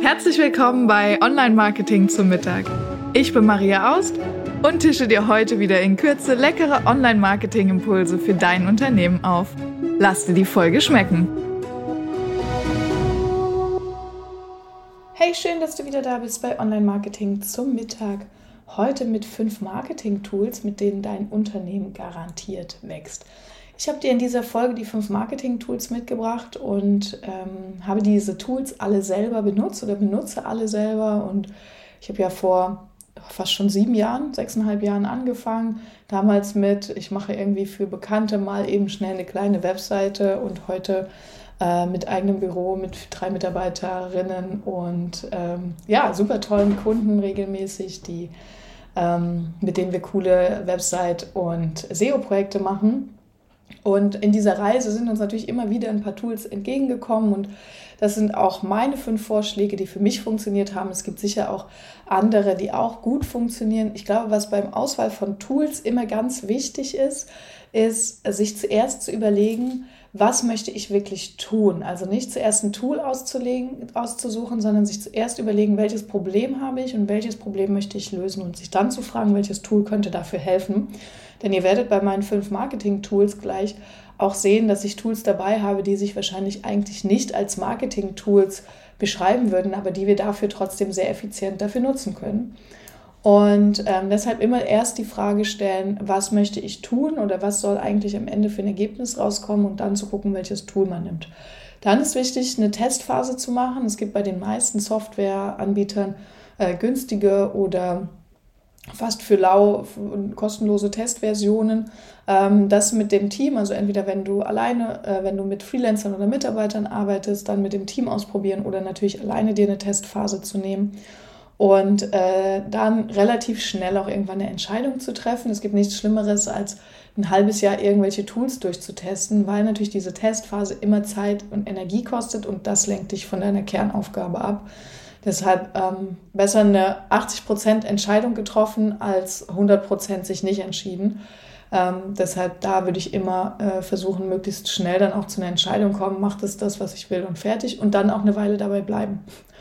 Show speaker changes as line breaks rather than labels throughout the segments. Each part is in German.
Herzlich willkommen bei Online-Marketing zum Mittag. Ich bin Maria Aust und tische dir heute wieder in Kürze leckere Online-Marketing-Impulse für dein Unternehmen auf. Lass dir die Folge schmecken.
Hey, schön, dass du wieder da bist bei Online-Marketing zum Mittag. Heute mit 5 Marketing-Tools, mit denen dein Unternehmen garantiert wächst. Ich habe dir in dieser Folge die 5 Marketing-Tools mitgebracht und habe diese Tools alle selber benutzt oder benutze alle selber. Und ich habe ja vor fast schon 6,5 Jahren angefangen. Damals ich mache irgendwie für Bekannte mal eben schnell eine kleine Webseite und heute mit eigenem Büro, mit 3 Mitarbeiterinnen und super tollen Kunden regelmäßig, mit denen wir coole Website- und SEO-Projekte machen. Und in dieser Reise sind uns natürlich immer wieder ein paar Tools entgegengekommen und das sind auch meine 5 Vorschläge, die für mich funktioniert haben. Es gibt sicher auch andere, die auch gut funktionieren. Ich glaube, was beim Auswahl von Tools immer ganz wichtig ist, sich zuerst zu überlegen, was möchte ich wirklich tun? Also nicht zuerst ein Tool auszusuchen, sondern sich zuerst überlegen, welches Problem habe ich und welches Problem möchte ich lösen und sich dann zu fragen, welches Tool könnte dafür helfen. Denn ihr werdet bei meinen 5 Marketing-Tools gleich auch sehen, dass ich Tools dabei habe, die sich wahrscheinlich eigentlich nicht als Marketing-Tools beschreiben würden, aber die wir dafür trotzdem sehr effizient dafür nutzen können. Und deshalb immer erst die Frage stellen, was möchte ich tun oder was soll eigentlich am Ende für ein Ergebnis rauskommen und dann zu gucken, welches Tool man nimmt. Dann ist wichtig, eine Testphase zu machen. Es gibt bei den meisten Softwareanbietern günstige oder fast für lau kostenlose Testversionen. Das mit dem Team, also entweder wenn du mit Freelancern oder Mitarbeitern arbeitest, dann mit dem Team ausprobieren oder natürlich alleine dir eine Testphase zu nehmen. Und dann relativ schnell auch irgendwann eine Entscheidung zu treffen. Es gibt nichts Schlimmeres, als ein halbes Jahr irgendwelche Tools durchzutesten, weil natürlich diese Testphase immer Zeit und Energie kostet und das lenkt dich von deiner Kernaufgabe ab. Deshalb besser eine 80% Entscheidung getroffen als 100% sich nicht entschieden. Deshalb da würde ich immer versuchen, möglichst schnell dann auch zu einer Entscheidung kommen, macht es das, was ich will und fertig und dann auch eine Weile dabei bleiben.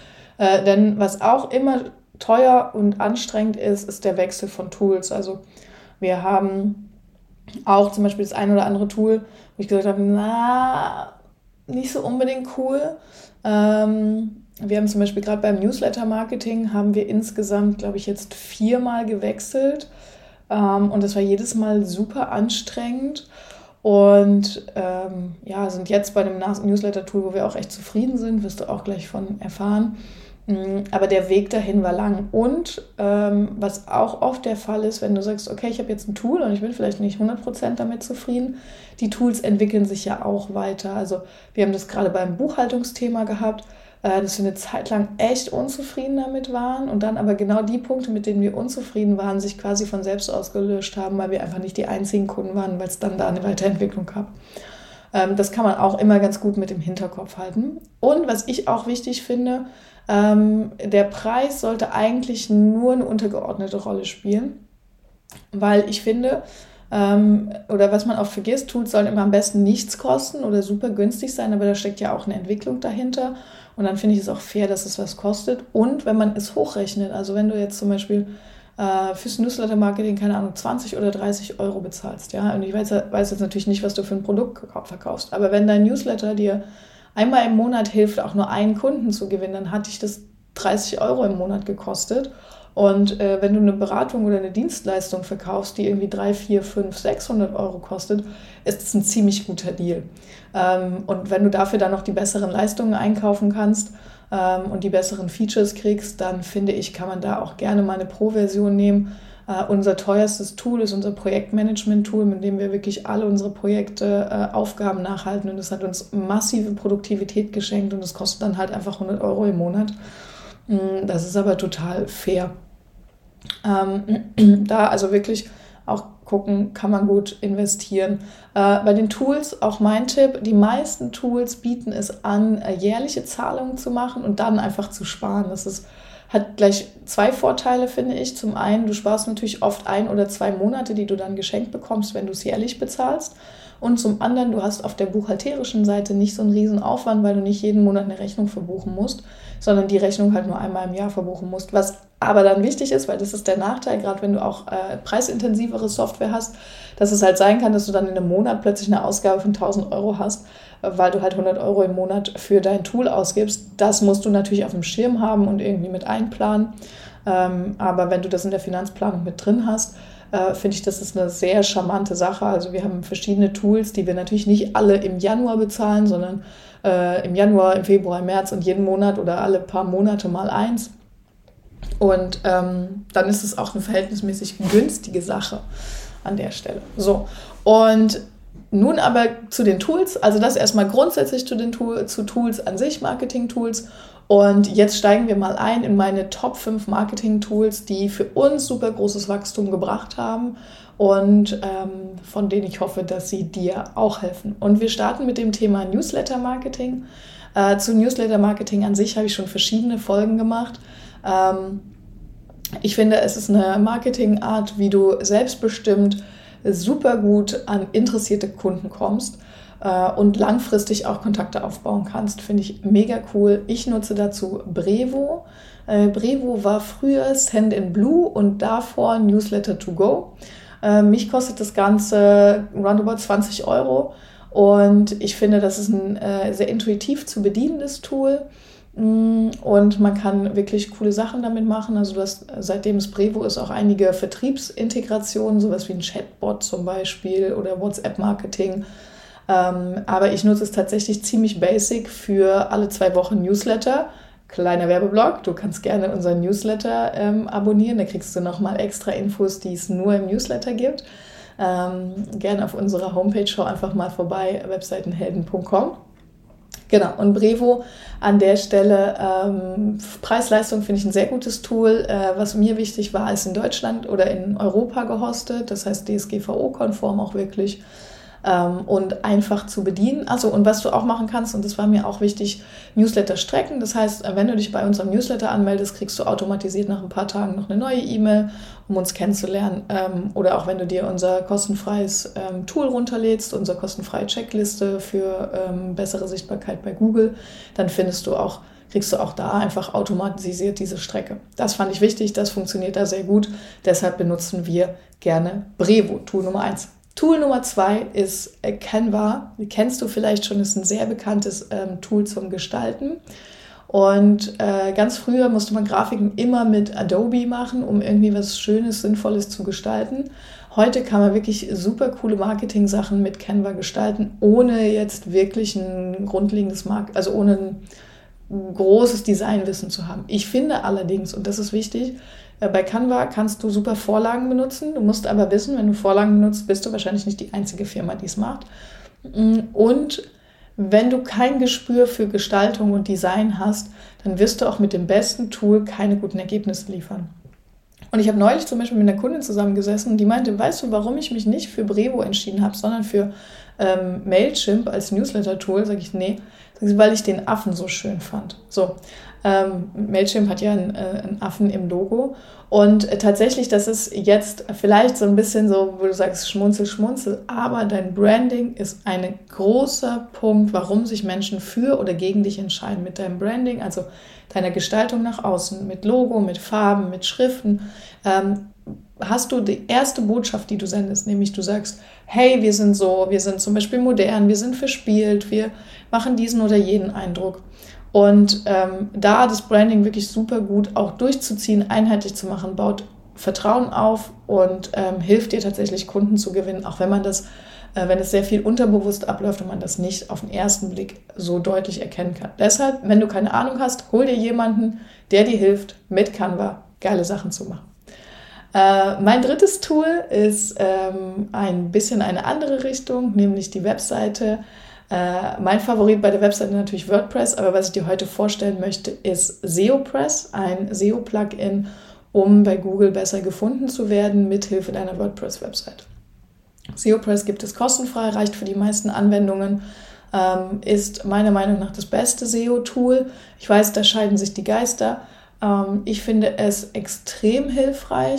Denn was auch immer teuer und anstrengend ist der Wechsel von Tools. Also wir haben auch zum Beispiel das ein oder andere Tool, wo ich gesagt habe, nicht so unbedingt cool. Wir haben zum Beispiel gerade beim Newsletter-Marketing haben wir insgesamt, glaube ich, jetzt 4-mal gewechselt. Und das war jedes Mal super anstrengend. Und sind jetzt bei dem Newsletter-Tool, wo wir auch echt zufrieden sind, wirst du auch gleich von erfahren. Aber der Weg dahin war lang. Und was auch oft der Fall ist, wenn du sagst, okay, ich habe jetzt ein Tool und ich bin vielleicht nicht 100% damit zufrieden, die Tools entwickeln sich ja auch weiter. Also wir haben das gerade beim Buchhaltungsthema gehabt, dass wir eine Zeit lang echt unzufrieden damit waren und dann aber genau die Punkte, mit denen wir unzufrieden waren, sich quasi von selbst ausgelöscht haben, weil wir einfach nicht die einzigen Kunden waren, weil es dann da eine Weiterentwicklung gab. Das kann man auch immer ganz gut mit im Hinterkopf halten. Und was ich auch wichtig finde, der Preis sollte eigentlich nur eine untergeordnete Rolle spielen, weil ich finde, oder was man auch vergisst, Tools sollen immer am besten nichts kosten oder super günstig sein, aber da steckt ja auch eine Entwicklung dahinter und dann finde ich es auch fair, dass es was kostet und wenn man es hochrechnet, also wenn du jetzt zum Beispiel fürs Newsletter-Marketing, keine Ahnung, 20 oder 30 Euro bezahlst, ja, und ich weiß jetzt natürlich nicht, was du für ein Produkt verkaufst, aber wenn dein Newsletter dir einmal im Monat hilft, auch nur einen Kunden zu gewinnen, dann hat dich das 30 Euro im Monat gekostet. Und wenn du eine Beratung oder eine Dienstleistung verkaufst, die irgendwie 300, 400, 500, 600 Euro kostet, ist das ein ziemlich guter Deal. Und wenn du dafür dann noch die besseren Leistungen einkaufen kannst und die besseren Features kriegst, dann finde ich, kann man da auch gerne mal eine Pro-Version nehmen. Unser teuerstes Tool ist unser Projektmanagement-Tool, mit dem wir wirklich alle unsere Projekte, Aufgaben nachhalten. Und das hat uns massive Produktivität geschenkt und das kostet dann halt einfach 100 Euro im Monat. Das ist aber total fair. Da also wirklich auch gucken, kann man gut investieren. Bei den Tools auch mein Tipp, die meisten Tools bieten es an, jährliche Zahlungen zu machen und dann einfach zu sparen. Hat gleich 2 Vorteile, finde ich. Zum einen, du sparst natürlich oft 1 oder 2 Monate, die du dann geschenkt bekommst, wenn du es jährlich bezahlst. Und zum anderen, du hast auf der buchhalterischen Seite nicht so einen riesen Aufwand, weil du nicht jeden Monat eine Rechnung verbuchen musst, sondern die Rechnung halt nur einmal im Jahr verbuchen musst. Was aber dann wichtig ist, weil das ist der Nachteil, gerade wenn du auch preisintensivere Software hast, dass es halt sein kann, dass du dann in einem Monat plötzlich eine Ausgabe von 1.000 Euro hast, weil du halt 100 Euro im Monat für dein Tool ausgibst. Das musst du natürlich auf dem Schirm haben und irgendwie mit einplanen. Aber wenn du das in der Finanzplanung mit drin hast, finde ich, das ist eine sehr charmante Sache. Also wir haben verschiedene Tools, die wir natürlich nicht alle im Januar bezahlen, sondern im Januar, im Februar, im März und jeden Monat oder alle paar Monate mal eins. Und dann ist es auch eine verhältnismäßig günstige Sache an der Stelle. So, und nun aber zu den Tools. Also das erstmal grundsätzlich zu Tools an sich, Marketing-Tools. Und jetzt steigen wir mal ein in meine Top 5 Marketing-Tools, die für uns super großes Wachstum gebracht haben und von denen ich hoffe, dass sie dir auch helfen. Und wir starten mit dem Thema Newsletter-Marketing. Zu Newsletter-Marketing an sich habe ich schon verschiedene Folgen gemacht. Ich finde, es ist eine Marketingart, wie du selbstbestimmt super gut an interessierte Kunden kommst und langfristig auch Kontakte aufbauen kannst. Finde ich mega cool. Ich nutze dazu Brevo. Brevo war früher Sendinblue und davor Newsletter2go. Mich kostet das Ganze roundabout 20 Euro und ich finde, das ist ein sehr intuitiv zu bedienendes Tool. Und man kann wirklich coole Sachen damit machen. Also du hast, seitdem es Brevo ist, auch einige Vertriebsintegrationen, sowas wie ein Chatbot zum Beispiel oder WhatsApp-Marketing. Aber ich nutze es tatsächlich ziemlich basic für alle 2 Wochen Newsletter. Kleiner Werbeblock, du kannst gerne unseren Newsletter abonnieren. Da kriegst du nochmal extra Infos, die es nur im Newsletter gibt. Gerne auf unserer Homepage, schau einfach mal vorbei, webseitenhelden.com. Genau, und Brevo an der Stelle, Preis-Leistung finde ich ein sehr gutes Tool. Was mir wichtig war, ist in Deutschland oder in Europa gehostet, das heißt DSGVO-konform auch wirklich und einfach zu bedienen. Also und was du auch machen kannst, und das war mir auch wichtig, Newsletter strecken. Das heißt, wenn du dich bei unserem Newsletter anmeldest, kriegst du automatisiert nach ein paar Tagen noch eine neue E-Mail, um uns kennenzulernen. Oder auch wenn du dir unser kostenfreies Tool runterlädst, unsere kostenfreie Checkliste für bessere Sichtbarkeit bei Google, dann kriegst du auch da einfach automatisiert diese Strecke. Das fand ich wichtig, das funktioniert da sehr gut. Deshalb benutzen wir gerne Brevo, Tool Nummer 1. Tool Nummer 2 ist Canva. Kennst du vielleicht schon, ist ein sehr bekanntes Tool zum Gestalten. Und ganz früher musste man Grafiken immer mit Adobe machen, um irgendwie was Schönes, Sinnvolles zu gestalten. Heute kann man wirklich super coole Marketing-Sachen mit Canva gestalten, ohne jetzt wirklich ein grundlegendes also ohne ein großes Designwissen zu haben. Ich finde allerdings, und das ist wichtig, bei Canva kannst du super Vorlagen benutzen. Du musst aber wissen, wenn du Vorlagen benutzt, bist du wahrscheinlich nicht die einzige Firma, die es macht. Und wenn du kein Gespür für Gestaltung und Design hast, dann wirst du auch mit dem besten Tool keine guten Ergebnisse liefern. Und ich habe neulich zum Beispiel mit einer Kundin zusammengesessen, die meinte, weißt du, warum ich mich nicht für Brevo entschieden habe, sondern für Mailchimp als Newsletter-Tool? Sage ich, nee, weil ich den Affen so schön fand. So, Mailchimp hat ja einen Affen im Logo und tatsächlich, das ist jetzt vielleicht so ein bisschen so, wo du sagst, schmunzel, schmunzel, aber dein Branding ist ein großer Punkt, warum sich Menschen für oder gegen dich entscheiden mit deinem Branding, also deiner Gestaltung nach außen, mit Logo, mit Farben, mit Schriften. Hast du die erste Botschaft, die du sendest, nämlich du sagst, hey, wir sind zum Beispiel modern, wir sind verspielt, wir machen diesen oder jenen Eindruck. Und da das Branding wirklich super gut auch durchzuziehen, einheitlich zu machen, baut Vertrauen auf und hilft dir tatsächlich Kunden zu gewinnen, auch wenn wenn es sehr viel unterbewusst abläuft und man das nicht auf den ersten Blick so deutlich erkennen kann. Deshalb, wenn du keine Ahnung hast, hol dir jemanden, der dir hilft, mit Canva geile Sachen zu machen. Mein drittes Tool ist ein bisschen eine andere Richtung, nämlich die Webseite. Mein Favorit bei der Webseite natürlich WordPress, aber was ich dir heute vorstellen möchte, ist SEOpress, ein SEO-Plugin, um bei Google besser gefunden zu werden, mithilfe deiner WordPress-Website. SEOpress gibt es kostenfrei, reicht für die meisten Anwendungen, ist meiner Meinung nach das beste SEO-Tool. Ich weiß, da scheiden sich die Geister. Ich finde es extrem hilfreich,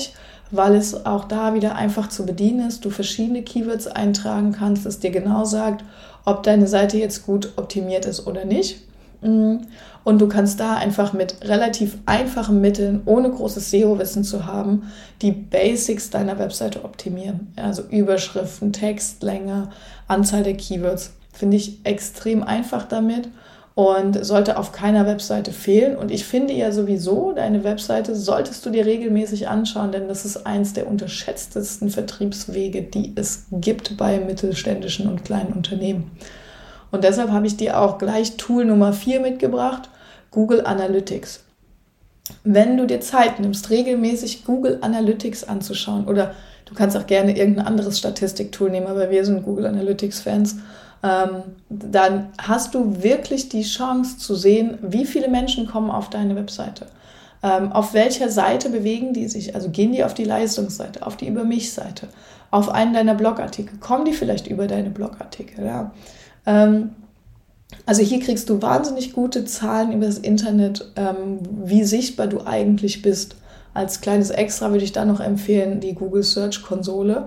weil es auch da wieder einfach zu bedienen ist. Du verschiedene Keywords eintragen kannst, es dir genau sagt, ob deine Seite jetzt gut optimiert ist oder nicht. Und du kannst da einfach mit relativ einfachen Mitteln, ohne großes SEO-Wissen zu haben, die Basics deiner Webseite optimieren. Also Überschriften, Textlänge, Anzahl der Keywords. Finde ich extrem einfach damit und sollte auf keiner Webseite fehlen. Und ich finde ja sowieso, deine Webseite solltest du dir regelmäßig anschauen, denn das ist eins der unterschätztesten Vertriebswege, die es gibt bei mittelständischen und kleinen Unternehmen. Und deshalb habe ich dir auch gleich Tool Nummer 4 mitgebracht, Google Analytics. Wenn du dir Zeit nimmst, regelmäßig Google Analytics anzuschauen, oder du kannst auch gerne irgendein anderes Statistiktool nehmen, aber wir sind Google Analytics-Fans, dann hast du wirklich die Chance zu sehen, wie viele Menschen kommen auf deine Webseite. Auf welcher Seite bewegen die sich? Also gehen die auf die Leistungsseite, auf die Über-mich-Seite, auf einen deiner Blogartikel? Kommen die vielleicht über deine Blogartikel? Ja. Also hier kriegst du wahnsinnig gute Zahlen über das Internet, wie sichtbar du eigentlich bist. Als kleines Extra würde ich da noch empfehlen, die Google Search Konsole.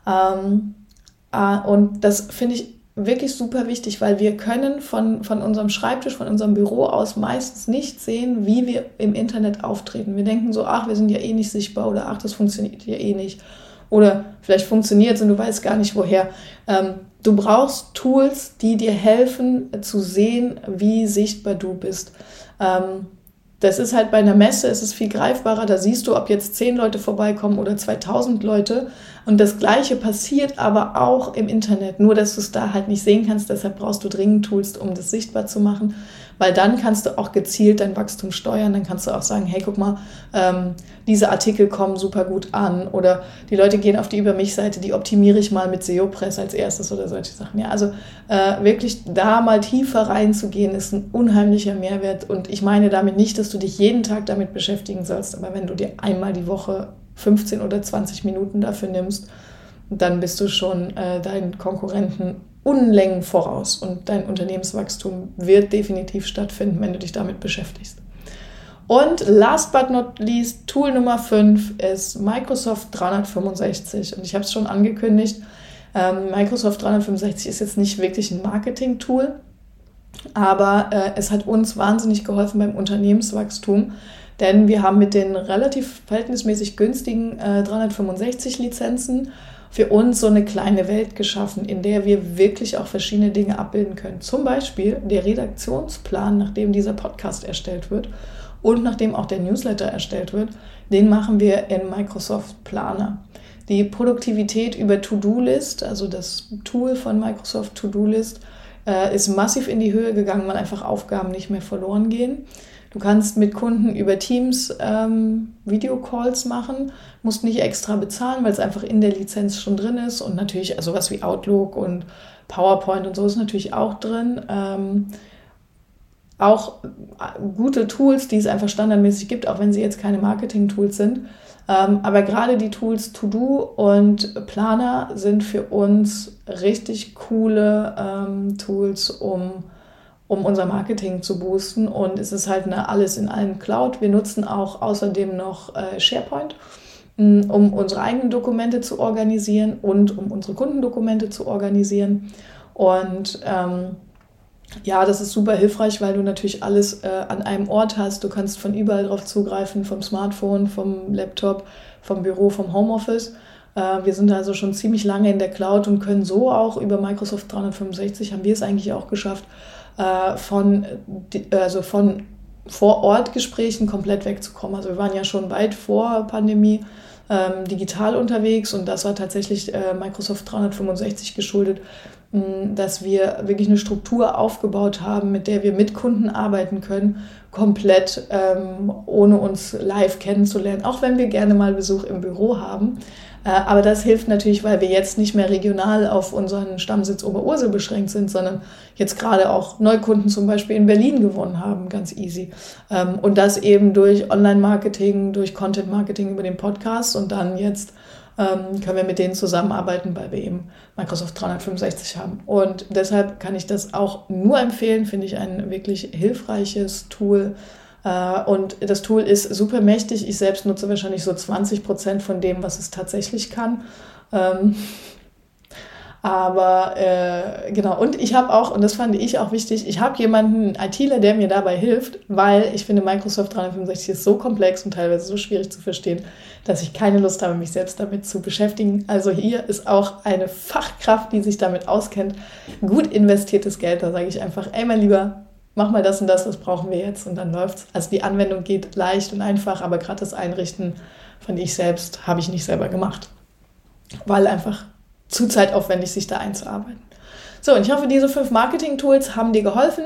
Und das finde ich wirklich super wichtig, weil wir können von unserem Schreibtisch, von unserem Büro aus meistens nicht sehen, wie wir im Internet auftreten. Wir denken so, ach, wir sind ja eh nicht sichtbar oder ach, das funktioniert ja eh nicht. Oder vielleicht funktioniert es und du weißt gar nicht woher. Du brauchst Tools, die dir helfen zu sehen, wie sichtbar du bist. Das ist halt bei einer Messe, es ist viel greifbarer, da siehst du, ob jetzt 10 Leute vorbeikommen oder 2000 Leute. Und das Gleiche passiert aber auch im Internet, nur dass du es da halt nicht sehen kannst. Deshalb brauchst du dringend Tools, um das sichtbar zu machen, weil dann kannst du auch gezielt dein Wachstum steuern. Dann kannst du auch sagen, hey, guck mal, diese Artikel kommen super gut an oder die Leute gehen auf die Über-mich-Seite, die optimiere ich mal mit SEO-Press als erstes oder solche Sachen. Ja, also wirklich da mal tiefer reinzugehen, ist ein unheimlicher Mehrwert. Und ich meine damit nicht, dass du dich jeden Tag damit beschäftigen sollst, aber wenn du dir einmal die Woche 15 oder 20 Minuten dafür nimmst, dann bist du schon deinen Konkurrenten Unlängen voraus und dein Unternehmenswachstum wird definitiv stattfinden, wenn du dich damit beschäftigst. Und last but not least, Tool Nummer 5 ist Microsoft 365 und ich habe es schon angekündigt, Microsoft 365 ist jetzt nicht wirklich ein Marketing-Tool, aber es hat uns wahnsinnig geholfen beim Unternehmenswachstum, denn wir haben mit den relativ verhältnismäßig günstigen 365-Lizenzen für uns so eine kleine Welt geschaffen, in der wir wirklich auch verschiedene Dinge abbilden können. Zum Beispiel der Redaktionsplan, nachdem dieser Podcast erstellt wird und nachdem auch der Newsletter erstellt wird, den machen wir in Microsoft Planner. Die Produktivität über To-Do-List, also das Tool von Microsoft To-Do-List, ist massiv in die Höhe gegangen, weil einfach Aufgaben nicht mehr verloren gehen. Du kannst mit Kunden über Teams Videocalls machen, musst nicht extra bezahlen, weil es einfach in der Lizenz schon drin ist. Und natürlich sowas wie Outlook und PowerPoint und so ist natürlich auch drin. Auch gute Tools, die es einfach standardmäßig gibt, auch wenn sie jetzt keine Marketing-Tools sind. Aber gerade die Tools To-Do und Planner sind für uns richtig coole Tools, um unser Marketing zu boosten. Und es ist halt eine alles in allen Cloud. Wir nutzen auch außerdem noch SharePoint, um unsere eigenen Dokumente zu organisieren und um unsere Kundendokumente zu organisieren. Und ja, das ist super hilfreich, weil du natürlich alles an einem Ort hast. Du kannst von überall drauf zugreifen, vom Smartphone, vom Laptop, vom Büro, vom Homeoffice. Wir sind also schon ziemlich lange in der Cloud und können so auch über Microsoft 365, haben wir es eigentlich auch geschafft, von Vor-Ort-Gesprächen komplett wegzukommen. Also wir waren ja schon weit vor Pandemie digital unterwegs und das war tatsächlich Microsoft 365 geschuldet, dass wir wirklich eine Struktur aufgebaut haben, mit der wir mit Kunden arbeiten können, komplett ohne uns live kennenzulernen, auch wenn wir gerne mal Besuch im Büro haben. Aber das hilft natürlich, weil wir jetzt nicht mehr regional auf unseren Stammsitz Oberursel beschränkt sind, sondern jetzt gerade auch Neukunden zum Beispiel in Berlin gewonnen haben, ganz easy. Und das eben durch Online-Marketing, durch Content-Marketing über den Podcast und dann jetzt können wir mit denen zusammenarbeiten, weil wir eben Microsoft 365 haben. Und deshalb kann ich das auch nur empfehlen, finde ich ein wirklich hilfreiches Tool, Und das Tool ist super mächtig. Ich selbst nutze wahrscheinlich so 20% von dem, was es tatsächlich kann. Aber genau, und ich habe auch, und das fand ich auch wichtig, ich habe jemanden, einen ITler, der mir dabei hilft, weil ich finde, Microsoft 365 ist so komplex und teilweise so schwierig zu verstehen, dass ich keine Lust habe, mich selbst damit zu beschäftigen. Also hier ist auch eine Fachkraft, die sich damit auskennt, gut investiertes Geld. Da sage ich einfach, ey mein Lieber, mach mal das und das brauchen wir jetzt und dann läuft's. Also die Anwendung geht leicht und einfach, aber gerade das Einrichten von ich selbst habe ich nicht selber gemacht, weil einfach zu zeitaufwendig, sich da einzuarbeiten. So, und ich hoffe, diese 5 Marketing-Tools haben dir geholfen.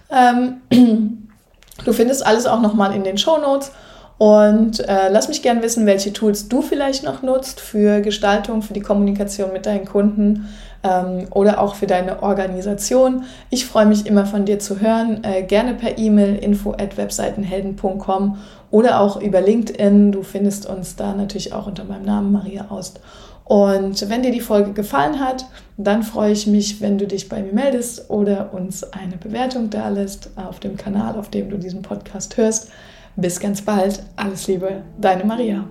Du findest alles auch nochmal in den Shownotes. Und lass mich gerne wissen, welche Tools du vielleicht noch nutzt für Gestaltung, für die Kommunikation mit deinen Kunden oder auch für deine Organisation. Ich freue mich immer von dir zu hören. Gerne per E-Mail info@webseitenhelden.com oder auch über LinkedIn. Du findest uns da natürlich auch unter meinem Namen Maria Aust. Und wenn dir die Folge gefallen hat, dann freue ich mich, wenn du dich bei mir meldest oder uns eine Bewertung dalässt auf dem Kanal, auf dem du diesen Podcast hörst. Bis ganz bald. Alles Liebe, deine Maria.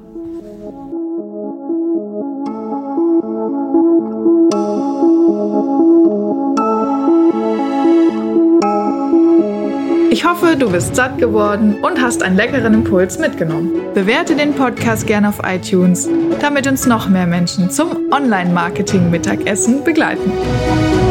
Ich hoffe, du bist satt geworden und hast einen leckeren Impuls mitgenommen. Bewerte den Podcast gerne auf iTunes, damit uns noch mehr Menschen zum Online-Marketing-Mittagessen begleiten.